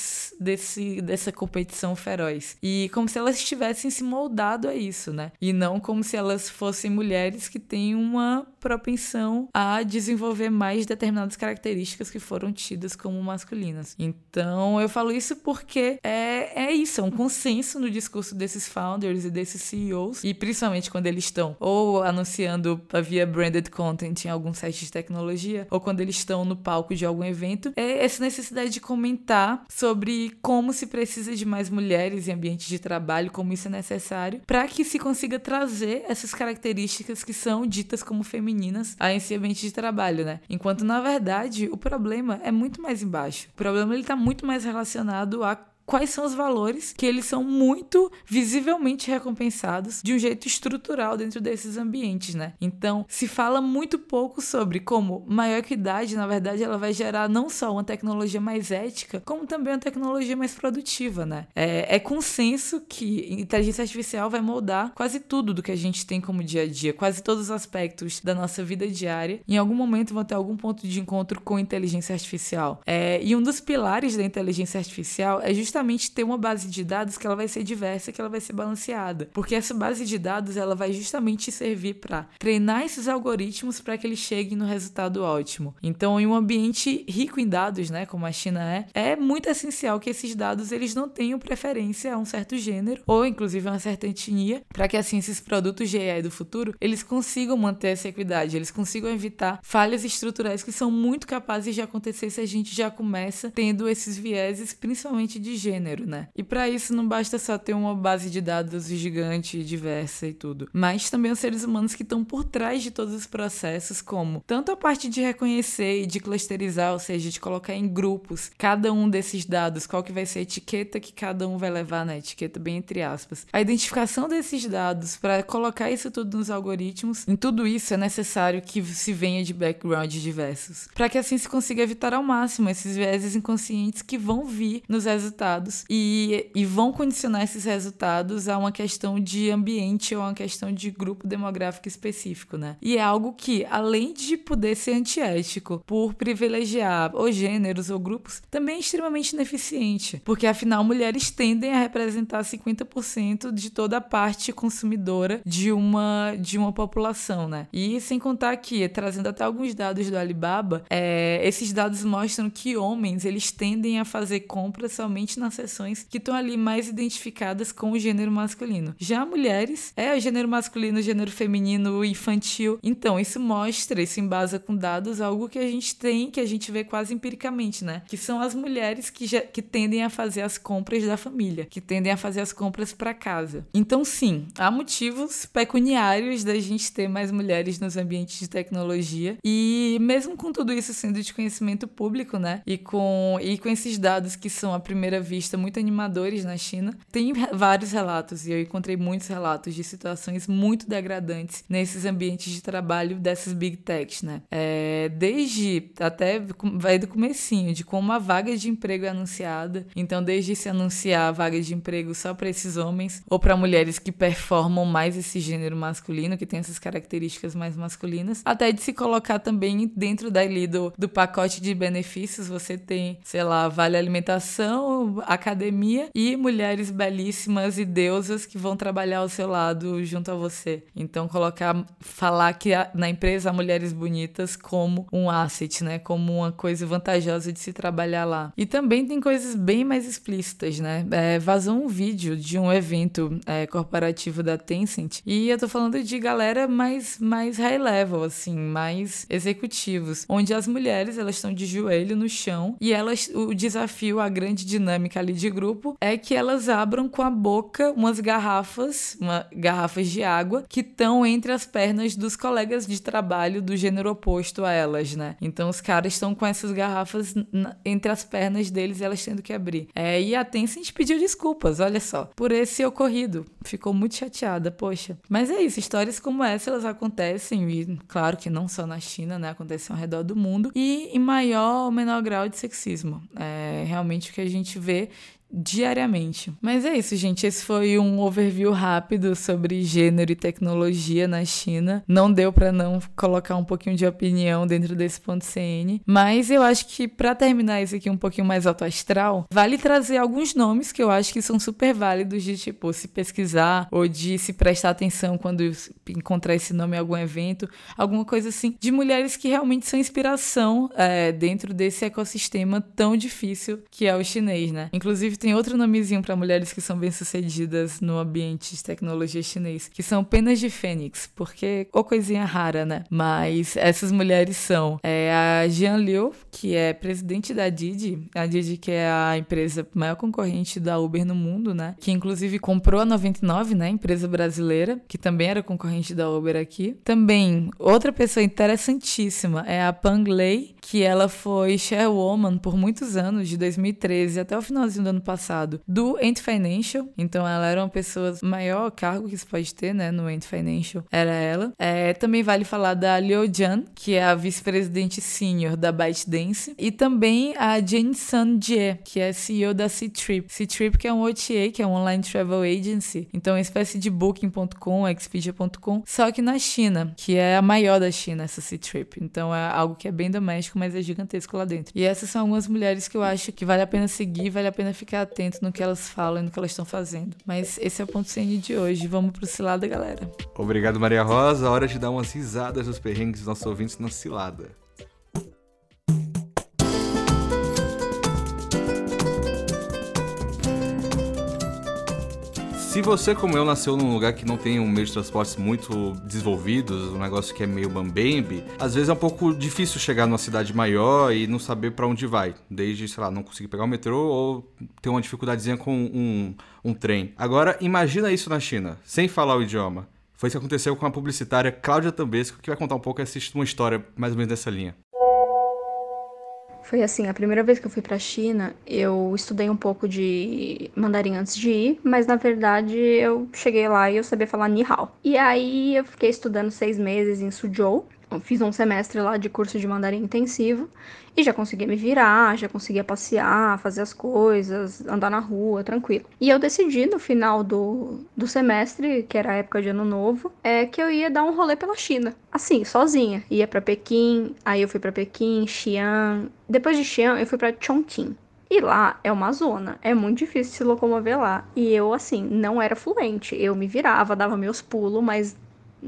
dessa competição feroz. E como se elas tivessem se moldado a isso, né? E não como se elas fossem mulheres que têm uma propensão a desenvolver mais determinadas características que foram tidas como masculinas. Então, eu falo isso porque isso, é um consenso no discurso desses founders e desses CEOs, e principalmente quando eles estão ou anunciando via branded content em algum site de tecnologia, ou quando eles estão no palco de algum evento, essa necessidade de comentar sobre como se precisa de mais mulheres em ambientes de trabalho, como isso é necessário, para que se consiga trazer essas características que são ditas como femininas a esse ambiente de trabalho, né? Enquanto, na verdade, o problema é muito mais embaixo. O problema, ele tá muito mais relacionado a quais são os valores que eles são muito visivelmente recompensados de um jeito estrutural dentro desses ambientes, né? Então, se fala muito pouco sobre como maior equidade, na verdade, ela vai gerar não só uma tecnologia mais ética, como também uma tecnologia mais produtiva, né? É consenso que inteligência artificial vai moldar quase tudo do que a gente tem como dia a dia, quase todos os aspectos da nossa vida diária. Em algum momento vão ter algum ponto de encontro com inteligência artificial. E um dos pilares da inteligência artificial é justamente ter uma base de dados que ela vai ser diversa, que ela vai ser balanceada. Porque essa base de dados, ela vai justamente servir para treinar esses algoritmos para que eles cheguem no resultado ótimo. Então, em um ambiente rico em dados, né, como a China é muito essencial que esses dados eles não tenham preferência a um certo gênero ou, inclusive, a uma certa etnia, para que, assim, esses produtos de AI do futuro, eles consigam manter essa equidade, eles consigam evitar falhas estruturais que são muito capazes de acontecer se a gente já começa tendo esses vieses, principalmente de gênero, né? E para isso não basta só ter uma base de dados gigante, diversa e tudo, mas também os seres humanos que estão por trás de todos os processos, como tanto a parte de reconhecer e de clusterizar, ou seja, de colocar em grupos cada um desses dados, qual que vai ser a etiqueta que cada um vai levar na etiqueta, bem entre aspas. A identificação desses dados para colocar isso tudo nos algoritmos, em tudo isso é necessário que se venha de backgrounds diversos, para que assim se consiga evitar ao máximo esses vieses inconscientes que vão vir nos resultados e vão condicionar esses resultados a uma questão de ambiente ou a uma questão de grupo demográfico específico, né? E é algo que, além de poder ser antiético por privilegiar ou gêneros ou grupos, também é extremamente ineficiente, porque afinal mulheres tendem a representar 50% de toda a parte consumidora de uma população, né? E sem contar que, trazendo até alguns dados do Alibaba, esses dados mostram que homens, eles tendem a fazer compras somente nas seções que estão ali mais identificadas com o gênero masculino. Já mulheres, o gênero masculino, o gênero feminino, o infantil. Então, isso embasa com dados, algo que a gente tem, que a gente vê quase empiricamente, né? Que são as mulheres que tendem a fazer as compras da família, que tendem a fazer as compras para casa. Então, sim, há motivos pecuniários da gente ter mais mulheres nos ambientes de tecnologia e mesmo com tudo isso sendo de conhecimento público, né? E com esses dados que são à primeira vista muito animadores na China, tem vários relatos e eu encontrei muitos relatos de situações muito degradantes nesses ambientes de trabalho dessas big techs, né? Desde até vai do comecinho, de como a vaga de emprego é anunciada. Então, desde se anunciar a vaga de emprego só para esses homens ou para mulheres que performam mais esse gênero masculino, que tem essas características mais masculinas, até de se colocar também dentro dali do pacote de benefícios, você tem, sei lá, vale alimentação, academia e mulheres belíssimas e deusas que vão trabalhar ao seu lado junto a você. Então, falar que na empresa há mulheres bonitas como um asset, né? Como uma coisa vantajosa de se trabalhar lá. E também tem coisas bem mais explícitas, né? Vazou um vídeo de um evento corporativo da Tencent e eu tô falando de galera mais high level, assim, mais executivos, onde as mulheres, elas estão de joelho no chão e o desafio, a grande dinâmica ali de grupo é que elas abram com a boca umas garrafas de água que estão entre as pernas dos colegas de trabalho do gênero oposto a elas, né? Então os caras estão com essas garrafas entre as pernas deles e elas tendo que abrir. E a Tencent pediu desculpas, olha só, por esse ocorrido. Ficou muito chateada, poxa. Mas é isso, histórias como essa, elas acontecem e claro que não só na China, né? Acontecem ao redor do mundo e em maior ou menor grau de sexismo. É realmente o que a gente vê diariamente. Mas é isso, gente. Esse foi um overview rápido sobre gênero e tecnologia na China. Não deu pra não colocar um pouquinho de opinião dentro desse ponto CN. Mas eu acho que pra terminar isso aqui um pouquinho mais alto astral, vale trazer alguns nomes que eu acho que são super válidos de, tipo, se pesquisar ou de se prestar atenção quando encontrar esse nome em algum evento, alguma coisa assim, de mulheres que realmente são inspiração dentro desse ecossistema tão difícil que é o chinês, né? Inclusive, tem outro nomezinho para mulheres que são bem-sucedidas no ambiente de tecnologia chinês, que são penas de fênix, porque coisinha rara, né? Mas essas mulheres são a Jian Liu, que é presidente da Didi, a Didi que é a empresa maior concorrente da Uber no mundo, né? Que inclusive comprou a 99, né? Empresa brasileira, que também era concorrente da Uber aqui. Também, outra pessoa interessantíssima é a Pang Lei, que ela foi chairwoman por muitos anos, de 2013 até o finalzinho do ano passado do Ant Financial. Então ela era uma pessoa, maior cargo que se pode ter, né, no Ant Financial, era ela. Também vale falar da Liu Jan, que é a vice-presidente senior da ByteDance, e também a Jane Sun Jie, que é CEO da Ctrip. Ctrip, que é um OTA, que é um online travel agency, então é uma espécie de Booking.com, Expedia.com, só que na China, que é a maior da China, essa Ctrip. Então é algo que é bem doméstico, mas é gigantesco lá dentro. E essas são algumas mulheres que eu acho que vale a pena seguir, vale a pena ficar atento no que elas falam e no que elas estão fazendo. Mas esse é o ponto CN de hoje. Vamos pro cilada, galera. Obrigado, Maria Rosa. Hora de dar umas risadas dos perrengues dos nossos ouvintes na cilada. Se você, como eu, nasceu num lugar que não tem um meio de transportes muito desenvolvidos, um negócio que é meio bambembe, às vezes é um pouco difícil chegar numa cidade maior e não saber pra onde vai. Desde, sei lá, não conseguir pegar o metrô ou ter uma dificuldadezinha com um trem. Agora, imagina isso na China, sem falar o idioma. Foi isso que aconteceu com a publicitária Cláudia Tambesco, que vai contar um pouco uma história mais ou menos dessa linha. Foi assim, a primeira vez que eu fui pra China, eu estudei um pouco de mandarim antes de ir, mas na verdade eu cheguei lá e eu sabia falar Ni Hao. E aí eu fiquei estudando 6 meses em Suzhou, eu fiz um semestre lá de curso de mandarim intensivo e já conseguia me virar, já conseguia passear, fazer as coisas, andar na rua, tranquilo. E eu decidi no final do semestre, que era a época de ano novo, que eu ia dar um rolê pela China. Assim, sozinha. Ia pra Pequim, aí eu fui pra Pequim, Xi'an. Depois de Xi'an, eu fui pra Chongqing. E lá é uma zona, é muito difícil se locomover lá. E eu, assim, não era fluente. Eu me virava, dava meus pulos, mas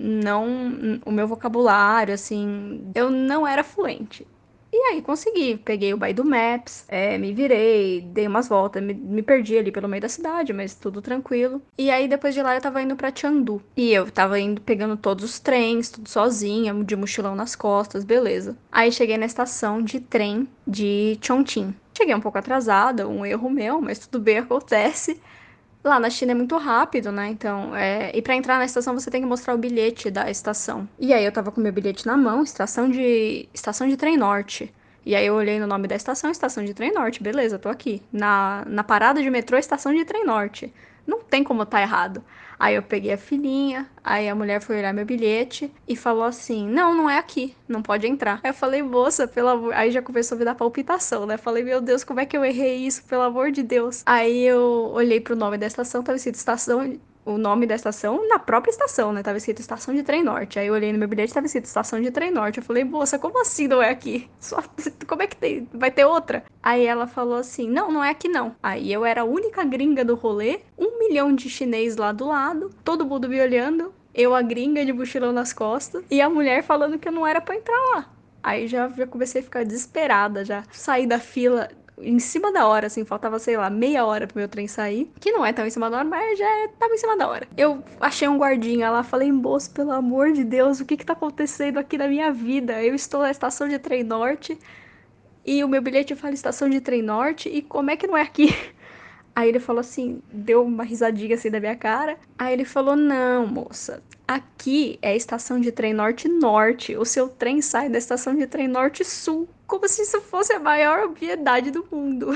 não, o meu vocabulário, assim, eu não era fluente. E aí consegui, peguei o Baidu Maps, me virei, dei umas voltas, me perdi ali pelo meio da cidade, mas tudo tranquilo. E aí depois de lá eu tava indo pra Chengdu. E eu tava indo pegando todos os trens, tudo sozinha, de mochilão nas costas, beleza. Aí cheguei na estação de trem de Chongqing. Cheguei um pouco atrasada, um erro meu, mas tudo bem, acontece. Lá na China é muito rápido, né? Então, e pra entrar na estação você tem que mostrar o bilhete da estação. E aí eu tava com meu bilhete na mão, estação de Trem Norte. E aí eu olhei no nome da estação de Trem Norte, beleza, tô aqui. Na parada de metrô, estação de Trem Norte. Não tem como tá errado. Aí eu peguei a filhinha, aí a mulher foi olhar meu bilhete e falou assim, não é aqui, não pode entrar. Aí eu falei, moça, pelo amor... Aí já começou a me dar palpitação, né? Falei, meu Deus, como é que eu errei isso, pelo amor de Deus? Aí eu olhei pro nome da estação, tava escrito o nome da estação na própria estação, né? Tava escrito Estação de Trem Norte. Aí eu olhei no meu bilhete, tava escrito Estação de Trem Norte. Eu falei, moça, como assim não é aqui? Como é que tem? Vai ter outra? Aí ela falou assim, não é aqui não. Aí eu era a única gringa do rolê, 1 milhão de chinês lá do lado, todo mundo me olhando, eu a gringa de mochilão nas costas, e a mulher falando que eu não era pra entrar lá. Aí já comecei a ficar desesperada, já saí da fila em cima da hora, assim, faltava, sei lá, meia hora pro meu trem sair, que não é tão em cima da hora, mas já tava em cima da hora. Eu achei um guardinha lá, falei, moço, pelo amor de Deus, o que tá acontecendo aqui na minha vida? Eu estou na estação de Trem Norte, e o meu bilhete fala estação de Trem Norte, e como é que não é aqui? Aí ele falou assim, deu uma risadinha assim da minha cara. Aí ele falou, não, moça, aqui é a estação de Trem Norte Norte. O seu trem sai da estação de Trem Norte Sul. Como se isso fosse a maior obviedade do mundo.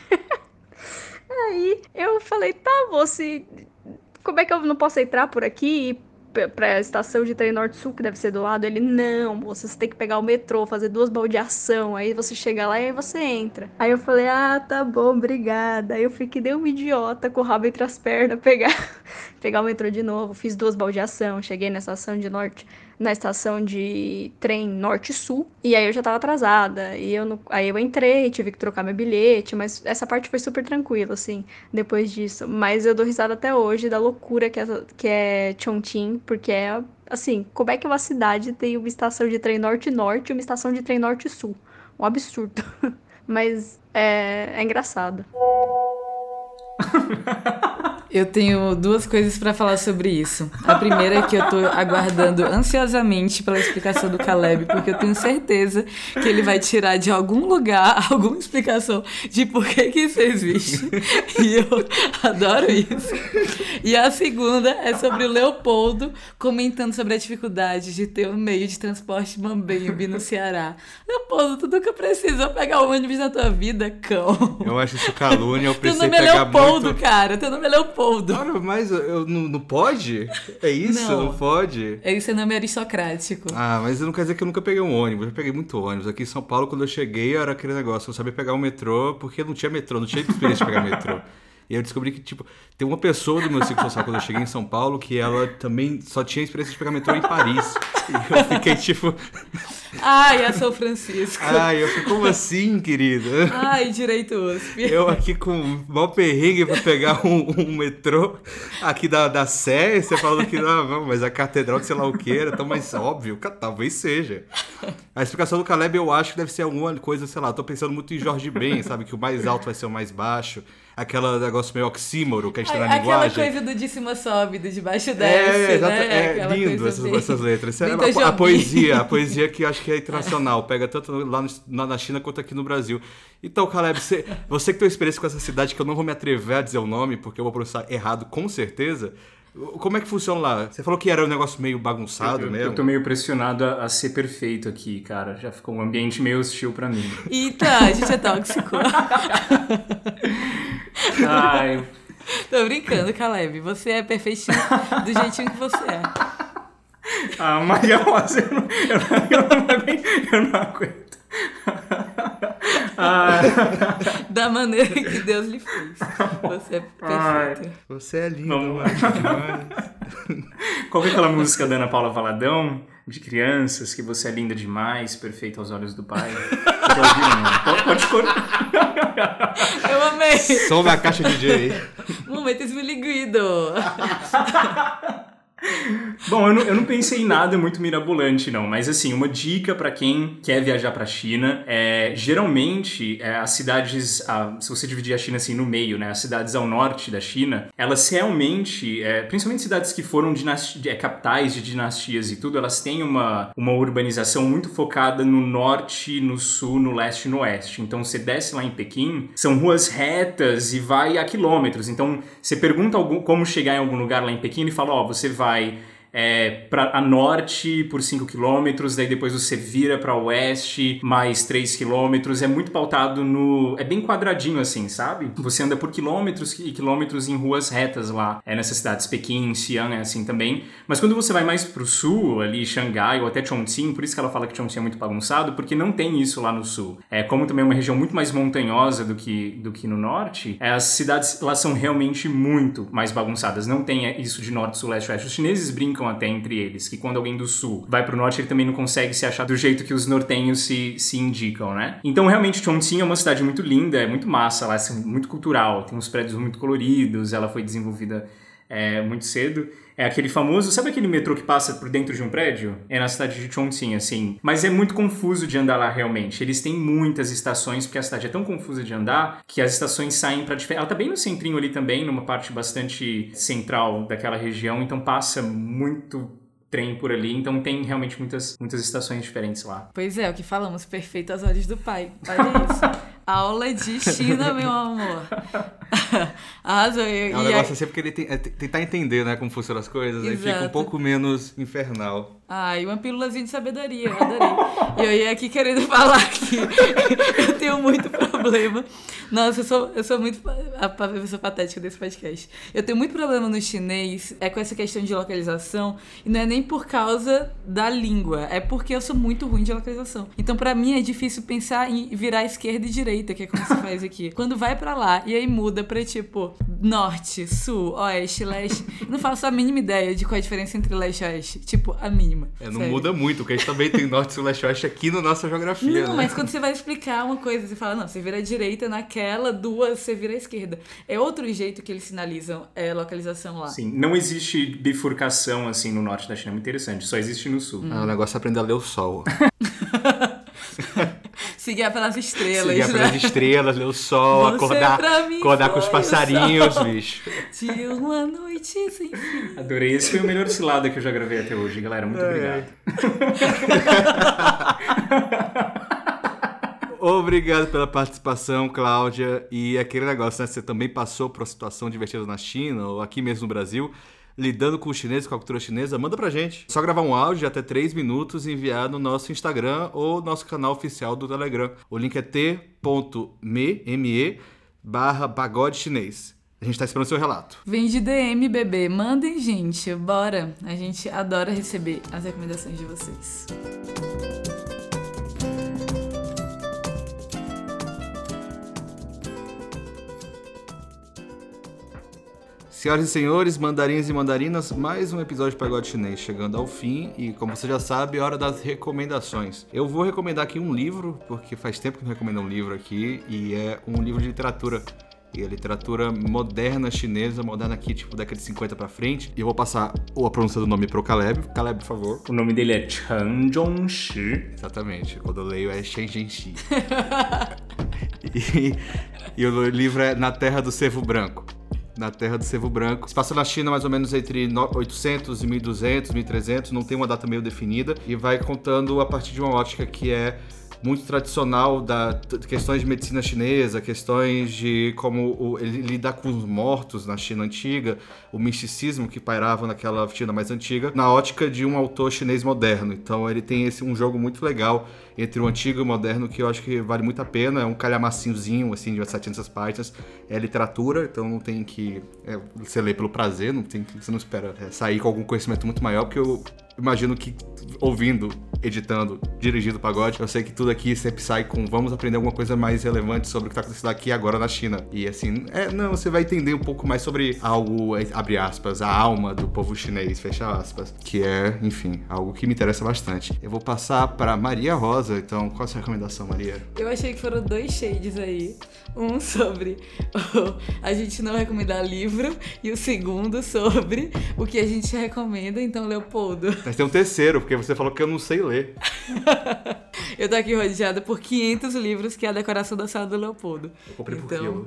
Aí eu falei, tá, moça, como é que eu não posso entrar por aqui pra estação de Trem Norte Sul, que deve ser do lado? Ele, não, moça, você tem que pegar o metrô, fazer 2 baldeação, aí você chega lá e aí você entra. Aí eu falei, tá bom, obrigada. Aí eu fui que dei uma idiota com o rabo entre as pernas, pegar o metrô de novo, fiz 2 baldeação, cheguei na estação de trem Norte-Sul, e aí eu já tava atrasada, e aí eu entrei, tive que trocar meu bilhete, mas essa parte foi super tranquila, assim, depois disso. Mas eu dou risada até hoje da loucura que é Chongqing, porque assim, como é que uma cidade tem uma estação de trem Norte-Norte e uma estação de trem Norte-Sul? Um absurdo. Mas é engraçado. Eu tenho duas coisas pra falar sobre isso. A primeira é que eu tô aguardando ansiosamente pela explicação do Caleb, porque eu tenho certeza que ele vai tirar de algum lugar alguma explicação de por que isso existe. E eu adoro isso. E a segunda é sobre o Leopoldo comentando sobre a dificuldade de ter um meio de transporte mambembe no Ceará. Leopoldo, tu nunca precisou pegar o ônibus na tua vida, cão. Eu acho isso calúnia, eu Teu precisei nome é pegar Leopoldo, muito... cara. Teu nome é Leopoldo. Olha, mas não pode? É isso? Não pode? Esse é nome aristocrático. Ah, mas não quer dizer que eu nunca peguei um ônibus. Eu peguei muito ônibus. Aqui em São Paulo, quando eu cheguei, era aquele negócio. Eu sabia pegar um metrô, porque não tinha metrô, não tinha experiência de pegar metrô. E eu descobri que, tipo, tem uma pessoa do meu ciclo social quando eu cheguei em São Paulo que ela também só tinha experiência de pegar metrô em Paris. E eu fiquei, tipo... Ai, é São Francisco. Ai, eu fiquei, como assim, querida? Ai, direito USP. Eu aqui com o maior perrengue pra pegar um metrô aqui da Sé, você falando que não, mas a catedral de sei lá o que era tão mais óbvio. Talvez seja. A explicação do Caleb eu acho que deve ser alguma coisa, sei lá, tô pensando muito em Jorge Ben, sabe? Que o mais alto vai ser o mais baixo. Aquele negócio meio oxímoro que a gente tem na linguagem. Aquela coisa do de cima sobe, do de baixo desce, exato, né? É lindo essas letras. Bem A poesia que eu acho que é internacional, pega tanto lá na China quanto aqui no Brasil. Então, Caleb, você que tem experiência com essa cidade, que eu não vou me atrever a dizer o nome, porque eu vou pronunciar errado com certeza, como é que funciona lá? Você falou que era um negócio meio bagunçado mesmo. Eu tô meio pressionado a ser perfeito aqui, cara. Já ficou um ambiente meio hostil pra mim. Eita, a gente é tóxico. Ai... Tô brincando, Caleb. Você é perfeitinho do jeitinho que você é. Ah, Maria Rosa, eu não aguento. Da maneira que Deus lhe fez. Você é perfeito. Você é lindo, demais. Qual que é aquela música da Ana Paula Valadão? De crianças, que você é linda demais, perfeita aos olhos do pai. Pode cortar. Eu amei. Som da caixa DJ. Momentos biliguido. Bom, eu não pensei em nada muito mirabolante, não. Mas, assim, uma dica pra quem quer viajar pra China é, geralmente, as cidades... se você dividir a China, assim, no meio, né? As cidades ao norte da China, elas realmente... principalmente cidades que foram capitais de dinastias e tudo, elas têm uma urbanização muito focada no norte, no sul, no leste e no oeste. Então, você desce lá em Pequim, são ruas retas e vai a quilômetros. Então, você pergunta como chegar em algum lugar lá em Pequim, ele fala, você vai a norte por 5 quilômetros, daí depois você vira para oeste mais 3 quilômetros, é muito pautado é bem quadradinho assim, sabe? Você anda por quilômetros e quilômetros em ruas retas lá, nessas cidades, Pequim, Xi'an é assim também, mas quando você vai mais pro sul, ali Xangai ou até Chongqing, por isso que ela fala que Chongqing é muito bagunçado, porque não tem isso lá no sul. Como também é uma região muito mais montanhosa do que no norte, as cidades lá são realmente muito mais bagunçadas, não tem isso de norte, sul, leste, oeste. Os chineses brincam até entre eles, que quando alguém do sul vai pro norte, ele também não consegue se achar do jeito que os nortenhos se indicam, né? Então, realmente, Chongqing é uma cidade muito linda, é muito massa, ela é muito cultural, tem uns prédios muito coloridos, ela foi desenvolvida muito cedo. É aquele famoso... Sabe aquele metrô que passa por dentro de um prédio? É na cidade de Chongqing, assim. Mas é muito confuso de andar lá, realmente. Eles têm muitas estações, porque a cidade é tão confusa de andar, que as estações saem pra diferença. Ela tá bem no centrinho ali também, numa parte bastante central daquela região, então passa muito trem por ali, então tem realmente muitas estações diferentes lá. Pois é, o que falamos, perfeito aos olhos do pai. Olha isso. Aula de China, meu amor. Arrasou. O negócio é sempre tentar entender, né, como funcionam as coisas, aí fica um pouco menos infernal. E uma pílulazinha de sabedoria, eu adorei. E eu ia aqui querendo falar que eu tenho muito problema. Nossa, eu sou muito a pessoa patética desse podcast. Eu tenho muito problema no chinês, com essa questão de localização, e não é nem por causa da língua, é porque eu sou muito ruim de localização. Então, pra mim, é difícil pensar em virar esquerda e direita, que é como se faz aqui. Quando vai pra lá, e aí muda pra, tipo, norte, sul, oeste, leste, eu não faço a mínima ideia de qual é a diferença entre leste e oeste. Tipo, a mínima. Não muda muito, porque a gente também tem norte, sul, leste e oeste aqui na nossa geografia, Não, né? mas quando você vai explicar uma coisa, você fala, não, você vira a direita naquela, duas, você vira a esquerda. É outro jeito que eles sinalizam localização lá. Sim, não existe bifurcação, assim, no norte da China, é muito interessante, só existe no sul. O negócio é aprender a ler o sol. Seguir pelas estrelas, Seguir pelas estrelas, ler o sol, acordar com os passarinhos, bicho. De uma noite sem fim. Adorei. Esse foi o melhor cilada que eu já gravei até hoje, galera. Muito obrigado. Obrigado pela participação, Cláudia. E aquele negócio, né? Você também passou por uma situação divertida na China ou aqui mesmo no Brasil, lidando com os chineses, com a cultura chinesa, manda pra gente. Só gravar um áudio de até 3 minutos e enviar no nosso Instagram ou nosso canal oficial do Telegram. O link é t.me/pagode chinês. A gente tá esperando o seu relato. Vem de DM, bebê. Mandem, gente. Bora. A gente adora receber as recomendações de vocês. Senhoras e senhores, mandarins e mandarinas, mais um episódio de Pagode Chinês chegando ao fim e, como você já sabe, é hora das recomendações. Eu vou recomendar aqui um livro, porque faz tempo que não recomendo um livro aqui, e é um livro de literatura. E a literatura moderna chinesa, moderna aqui, tipo, década de 50 pra frente. E eu vou passar a pronúncia do nome pro Caleb. Caleb, por favor. O nome dele é Chen Zhongshi. Exatamente. Quando eu leio é Shen Zhenxi. E o livro é Na Terra do Cervo Branco. Na Terra do Cervo Branco. Se passa na China mais ou menos entre 800 e 1200, 1300, não tem uma data meio definida, e vai contando a partir de uma ótica que é muito tradicional da questões de medicina chinesa, questões de como ele lidar com os mortos na China antiga, o misticismo que pairava naquela China mais antiga, na ótica de um autor chinês moderno. Então ele tem um jogo muito legal entre o antigo e o moderno, que eu acho que vale muito a pena. É um calhamacinhozinho, assim, de 700 páginas. É literatura, então não tem que você ler pelo prazer, você não espera sair com algum conhecimento muito maior, porque eu imagino que ouvindo, editando, dirigindo o Pagode, eu sei que tudo aqui sempre sai com vamos aprender alguma coisa mais relevante sobre o que está acontecendo aqui agora na China. E assim, você vai entender um pouco mais sobre algo, abre aspas, a alma do povo chinês, fecha aspas, que é, enfim, algo que me interessa bastante. Eu vou passar para Maria Rosa, então qual a sua recomendação, Maria? Eu achei que foram 2 shades aí. Um sobre a gente não recomendar livro e o segundo sobre o que a gente recomenda. Então, Leopoldo. Mas tem um terceiro, porque você falou que eu não sei ler. Eu tô aqui rodeada por 500 livros, que é a decoração da sala do Leopoldo. Eu comprei por quilo.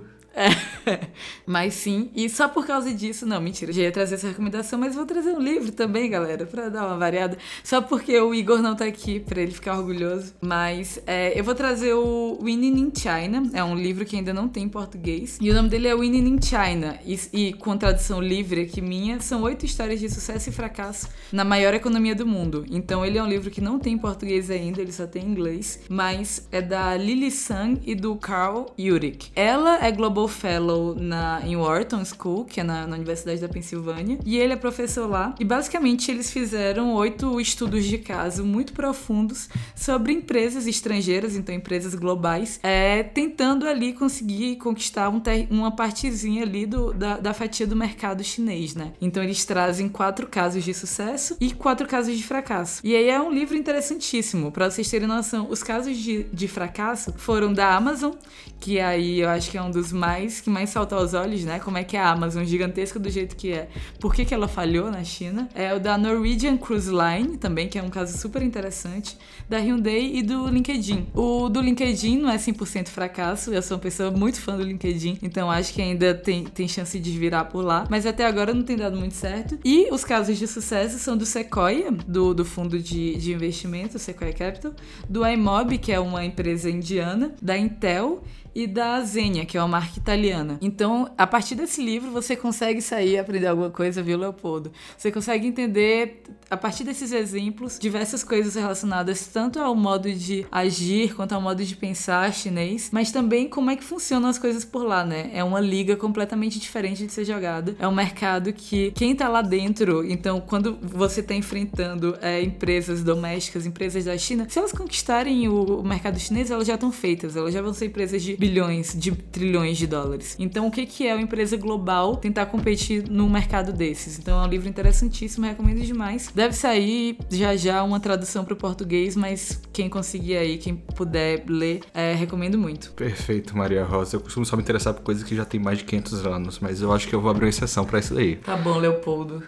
Mas sim, e só por causa disso, não, mentira, já ia trazer essa recomendação, mas vou trazer um livro também, galera, pra dar uma variada, só porque o Igor não tá aqui, pra ele ficar orgulhoso, mas eu vou trazer o Winning in China, é um livro que ainda não tem em português, e o nome dele é Winning in China, e com tradução livre aqui minha, são 8 histórias de sucesso e fracasso na maior economia do mundo. Então ele é um livro que não tem em português ainda, ele só tem em inglês, mas é da Lily Sun e do Carl Jurek. Ela é Global Fellow em Wharton School, que é na Universidade da Pensilvânia, e ele é professor lá, e basicamente eles fizeram 8 estudos de caso muito profundos sobre empresas estrangeiras, então empresas globais, tentando ali conseguir conquistar uma partezinha ali da fatia do mercado chinês, né? Então eles trazem 4 casos de sucesso e 4 casos de fracasso. E aí é um livro interessantíssimo, pra vocês terem noção. Os casos de fracasso foram da Amazon, que aí eu acho que é um dos que mais salta aos olhos, né? Como é que é a Amazon, gigantesca do jeito que é. Por que ela falhou na China? É o da Norwegian Cruise Line, também, que é um caso super interessante, da Hyundai e do LinkedIn. O do LinkedIn não é 100% fracasso, eu sou uma pessoa muito fã do LinkedIn, então acho que ainda tem chance de virar por lá, mas até agora não tem dado muito certo. E os casos de sucesso são do Sequoia, do fundo de investimento, Sequoia Capital, do iMob, que é uma empresa indiana, da Intel e da Zegna, que é uma marca italiana. Então, a partir desse livro, você consegue sair e aprender alguma coisa, viu, Leopoldo? Você consegue entender, a partir desses exemplos, diversas coisas relacionadas tanto ao modo de agir, quanto ao modo de pensar chinês, mas também como é que funcionam as coisas por lá, né? É uma liga completamente diferente de ser jogada. É um mercado que quem tá lá dentro, então, quando você tá enfrentando empresas domésticas, empresas da China, se elas conquistarem o mercado chinês, elas já estão feitas, elas já vão ser empresas de bilhões, de trilhões de dólares. Então, o que é uma empresa global tentar competir num mercado desses? Então, é um livro interessantíssimo, recomendo demais. Deve sair já uma tradução para o português, mas quem conseguir aí, quem puder ler, recomendo muito. Perfeito, Maria Rosa. Eu costumo só me interessar por coisas que já tem mais de 500 anos, mas eu acho que eu vou abrir uma exceção para isso daí. Tá bom, Leopoldo.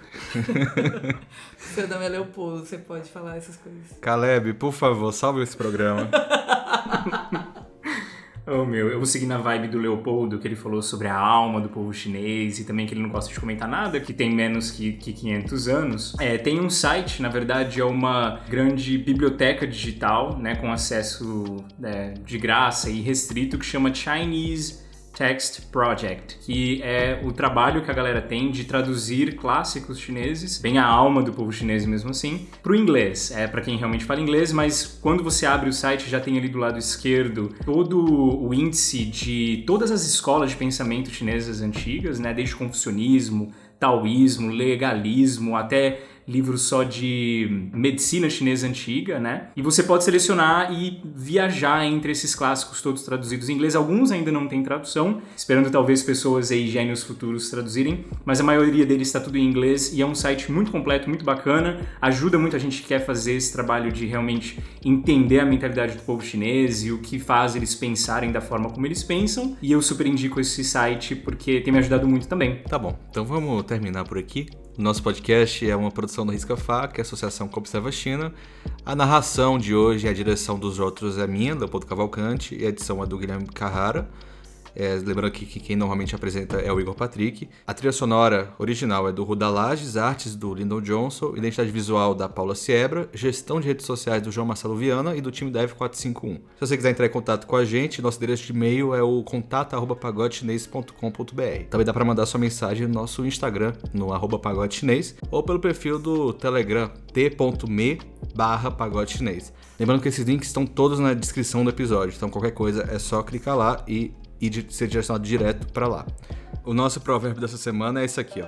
Seu nome é Leopoldo, você pode falar essas coisas. Caleb, por favor, salve esse programa. Oh, meu, eu vou seguir na vibe do Leopoldo, que ele falou sobre a alma do povo chinês e também que ele não gosta de comentar nada que tem menos que 500 anos. Tem um site, na verdade, é uma grande biblioteca digital, né, com acesso de graça e restrito, que chama Chinese Text Project, que é o trabalho que a galera tem de traduzir clássicos chineses, bem a alma do povo chinês mesmo assim, para o inglês. É para quem realmente fala inglês, mas quando você abre o site já tem ali do lado esquerdo todo o índice de todas as escolas de pensamento chinesas antigas, né, desde confucionismo, taoísmo, legalismo, até livros só de medicina chinesa antiga, né? E você pode selecionar e viajar entre esses clássicos todos traduzidos em inglês. Alguns ainda não tem tradução, esperando talvez pessoas aí, gênios futuros, traduzirem, mas a maioria deles está tudo em inglês e é um site muito completo, muito bacana, ajuda muita gente que quer fazer esse trabalho de realmente entender a mentalidade do povo chinês e o que faz eles pensarem da forma como eles pensam, e eu super indico esse site porque tem me ajudado muito também. Tá bom, então vamos terminar por aqui. O nosso podcast é uma produção da Risca Faca, Associação que Observa a China. A narração de hoje e a direção dos outros é minha, Leopoldo Cavalcante, e a edição é do Guilherme Carrara. Lembrando que quem normalmente apresenta é o Igor Patrick. A trilha sonora original é do Ruda Lages, artes do Lyndon Johnson, identidade visual da Paula Siebra, gestão de redes sociais do João Marcelo Viana e do time da F451. Se você quiser entrar em contato com a gente, nosso endereço de e-mail é o contato@pagodechinês.com.br. Também dá para mandar sua mensagem no nosso Instagram, no @pagodechinês, ou pelo perfil do Telegram, t.me/pagodechinês. Lembrando que esses links estão todos na descrição do episódio, então qualquer coisa é só clicar lá e ser direcionado direto para lá. O nosso provérbio dessa semana é esse aqui, ó.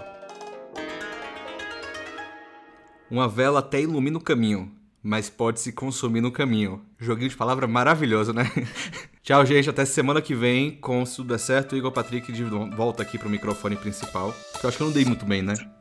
Uma vela até ilumina o caminho, mas pode se consumir no caminho. Joguinho de palavra maravilhoso, né? Tchau, gente. Até semana que vem. Com se tudo der certo, o Igor Patrick de volta aqui pro microfone principal. Eu acho que eu não dei muito bem, né?